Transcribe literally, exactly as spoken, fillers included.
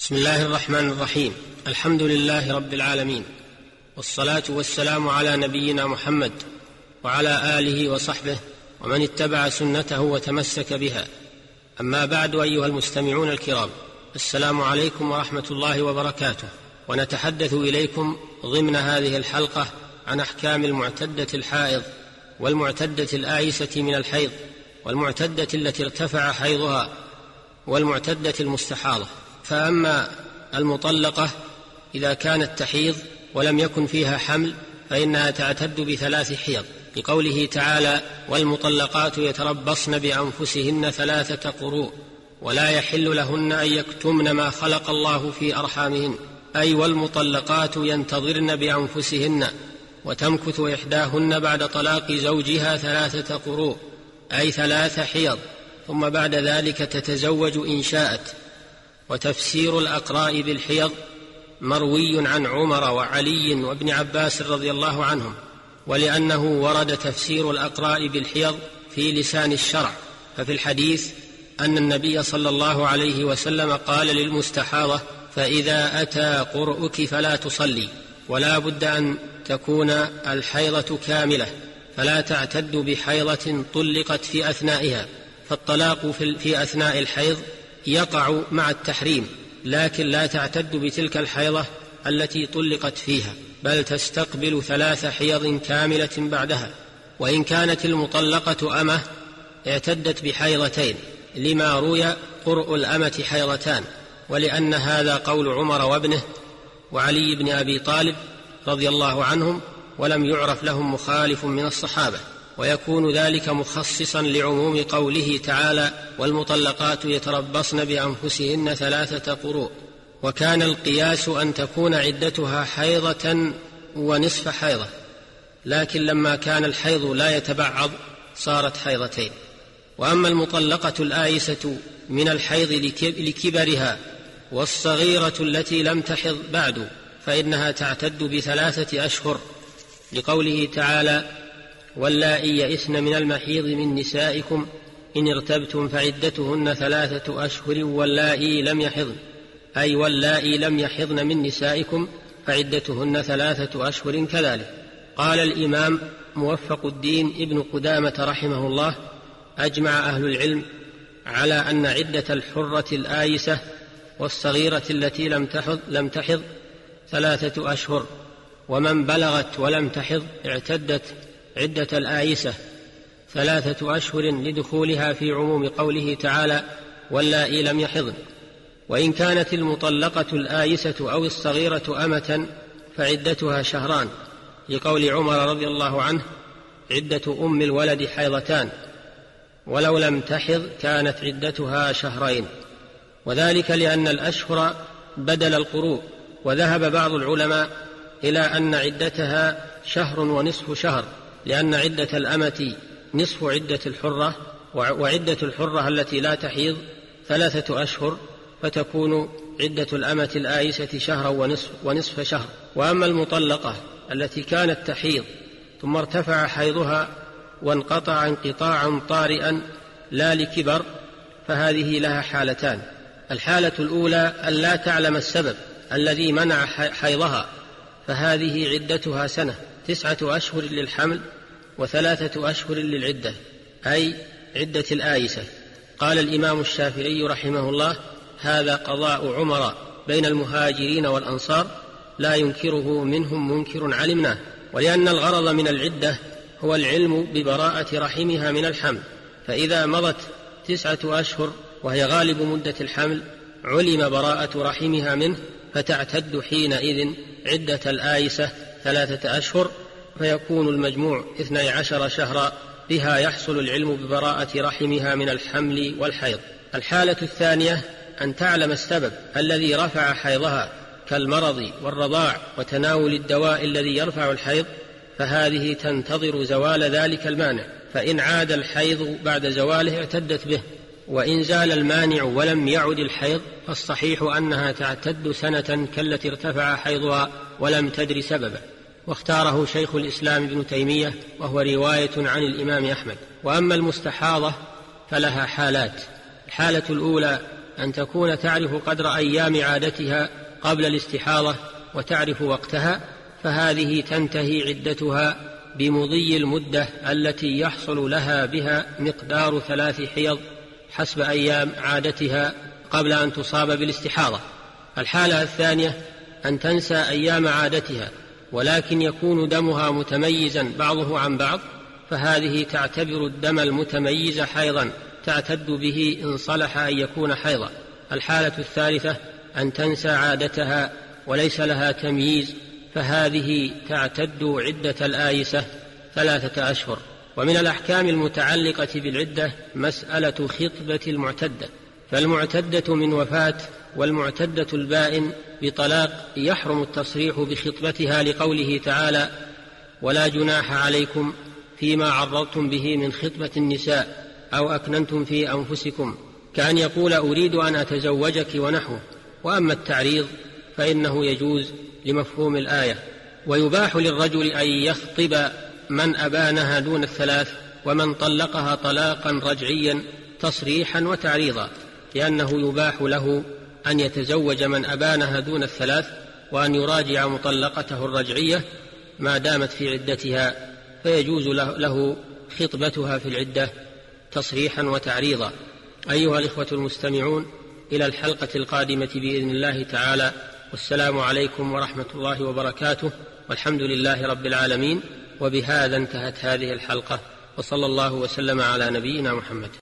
بسم الله الرحمن الرحيم. الحمد لله رب العالمين، والصلاة والسلام على نبينا محمد وعلى آله وصحبه ومن اتبع سنته وتمسك بها. أما بعد، أيها المستمعون الكرام، السلام عليكم ورحمة الله وبركاته. ونتحدث إليكم ضمن هذه الحلقة عن أحكام المعتدة الحائض والمعتدة الآيسة من الحيض، والمعتدة التي ارتفع حيضها، والمعتدة المستحاضة. فأما المطلقة إذا كانت تحيض ولم يكن فيها حمل فإنها تعتد بثلاث حيض، لقوله تعالى: والمطلقات يتربصن بأنفسهن ثلاثة قروء ولا يحل لهن أن يكتمن ما خلق الله في أرحامهن، أي والمطلقات ينتظرن بأنفسهن وتمكث إحداهن بعد طلاق زوجها ثلاثة قروء، أي ثلاث حيض، ثم بعد ذلك تتزوج إن شاءت. وتفسير الأقراء بالحيض مروي عن عمر وعلي وابن عباس رضي الله عنهم، ولأنه ورد تفسير الأقراء بالحيض في لسان الشرع، ففي الحديث أن النبي صلى الله عليه وسلم قال للمستحاضة: فإذا أتى قرؤك فلا تصلي، ولا بد أن تكون الحيضة كاملة، فلا تعتد بحيضة طلقت في أثنائها، فالطلاق في أثناء الحيض يقع مع التحريم، لكن لا تعتد بتلك الحيضة التي طلقت فيها، بل تستقبل ثلاث حيض كاملة بعدها. وإن كانت المطلقة أمة اعتدت بحيضتين، لما روي قرء الأمة حيضتان، ولأن هذا قول عمر وابنه وعلي بن أبي طالب رضي الله عنهم، ولم يعرف لهم مخالف من الصحابة، ويكون ذلك مخصصا لعموم قوله تعالى: والمطلقات يتربصن بأنفسهن ثلاثة قروء. وكان القياس أن تكون عدتها حيضة ونصف حيضة، لكن لما كان الحيض لا يتبعض صارت حيضتين. وأما المطلقة الآيسة من الحيض لكبرها والصغيرة التي لم تحض بعد فإنها تعتد بثلاثة أشهر، لقوله تعالى: واللائي يئسن من المحيض من نسائكم إن ارتبتم فعدتهن ثلاثة أشهر واللائي لم يحضن، أي واللائي لم يحضن من نسائكم فعدتهن ثلاثة أشهر كذلك. قال الإمام موفق الدين ابن قدامة رحمه الله: أجمع أهل العلم على أن عدة الحرة الآيسة والصغيرة التي لم تحض, لم تحض ثلاثة أشهر، ومن بلغت ولم تحض اعتدت عدة الآيسة ثلاثة أشهر لدخولها في عموم قوله تعالى: واللائي لم يحضن. وإن كانت المطلقة الآيسة أو الصغيرة أمة فعدتها شهران، لقول عمر رضي الله عنه: عدة أم الولد حيضتان، ولو لم تحض كانت عدتها شهرين، وذلك لأن الأشهر بدل القروء. وذهب بعض العلماء إلى أن عدتها شهر ونصف شهر، لأن عدة الأمة نصف عدة الحرة، وعدة الحرة التي لا تحيض ثلاثة أشهر، فتكون عدة الأمة الآيسة شهر ونصف, ونصف شهر. وأما المطلقة التي كانت تحيض ثم ارتفع حيضها وانقطع انقطاعا طارئا لا لكبر، فهذه لها حالتان: الحالة الأولى أن لا تعلم السبب الذي منع حيضها، فهذه عدتها سنة، تسعة أشهر للحمل وثلاثة أشهر للعدة، أي عدة الآيسة. قال الإمام الشافعي رحمه الله: هذا قضاء عمر بين المهاجرين والأنصار، لا ينكره منهم منكر علمناه. ولأن الغرض من العدة هو العلم ببراءة رحمها من الحمل، فإذا مضت تسعة أشهر وهي غالب مدة الحمل علم براءة رحمها منه، فتعتد حينئذ عدة الآيسة ثلاثة أشهر، فيكون المجموع اثني عشر شهرا، بها يحصل العلم ببراءة رحمها من الحمل والحيض. الحالة الثانية أن تعلم السبب الذي رفع حيضها كالمرض والرضاع وتناول الدواء الذي يرفع الحيض، فهذه تنتظر زوال ذلك المانع، فإن عاد الحيض بعد زواله اعتدت به، وإن زال المانع ولم يعد الحيض فالصحيح أنها تعتد سنة كالتي ارتفع حيضها ولم تدر سببه، واختاره شيخ الإسلام ابن تيمية، وهو رواية عن الإمام أحمد. وأما المستحاضة فلها حالات: الحالة الأولى أن تكون تعرف قدر أيام عادتها قبل الاستحاضة وتعرف وقتها، فهذه تنتهي عدتها بمضي المدة التي يحصل لها بها مقدار ثلاث حيض حسب أيام عادتها قبل أن تصاب بالاستحاضة. الحالة الثانية أن تنسى أيام عادتها ولكن يكون دمها متميزا بعضه عن بعض، فهذه تعتبر الدم المتميز حيضا تعتد به إن صلح أن يكون حيضا. الحالة الثالثة أن تنسى عادتها وليس لها تمييز، فهذه تعتد عدة الآيسة ثلاثة أشهر. ومن الأحكام المتعلقة بالعدة مسألة خطبة المعتدة، فالمعتدة من وفاة والمعتدة البائن بطلاق يحرم التصريح بخطبتها لقوله تعالى: ولا جناح عليكم فيما عرضتم به من خطبة النساء أو أكننتم في أنفسكم، كأن يقول أريد أن أتزوجك ونحوه. وأما التعريض فإنه يجوز لمفهوم الآية. ويباح للرجل أن يخطب من أبانها دون الثلاث ومن طلقها طلاقا رجعيا تصريحا وتعريضا، لأنه يباح له أن يتزوج من أبانها دون الثلاث وأن يراجع مطلقته الرجعية ما دامت في عدتها، فيجوز له خطبتها في العدة تصريحا وتعريضا. أيها الإخوة المستمعون، إلى الحلقة القادمة بإذن الله تعالى، والسلام عليكم ورحمة الله وبركاته، والحمد لله رب العالمين. وبهذا انتهت هذه الحلقة، وصلى الله وسلم على نبينا محمد.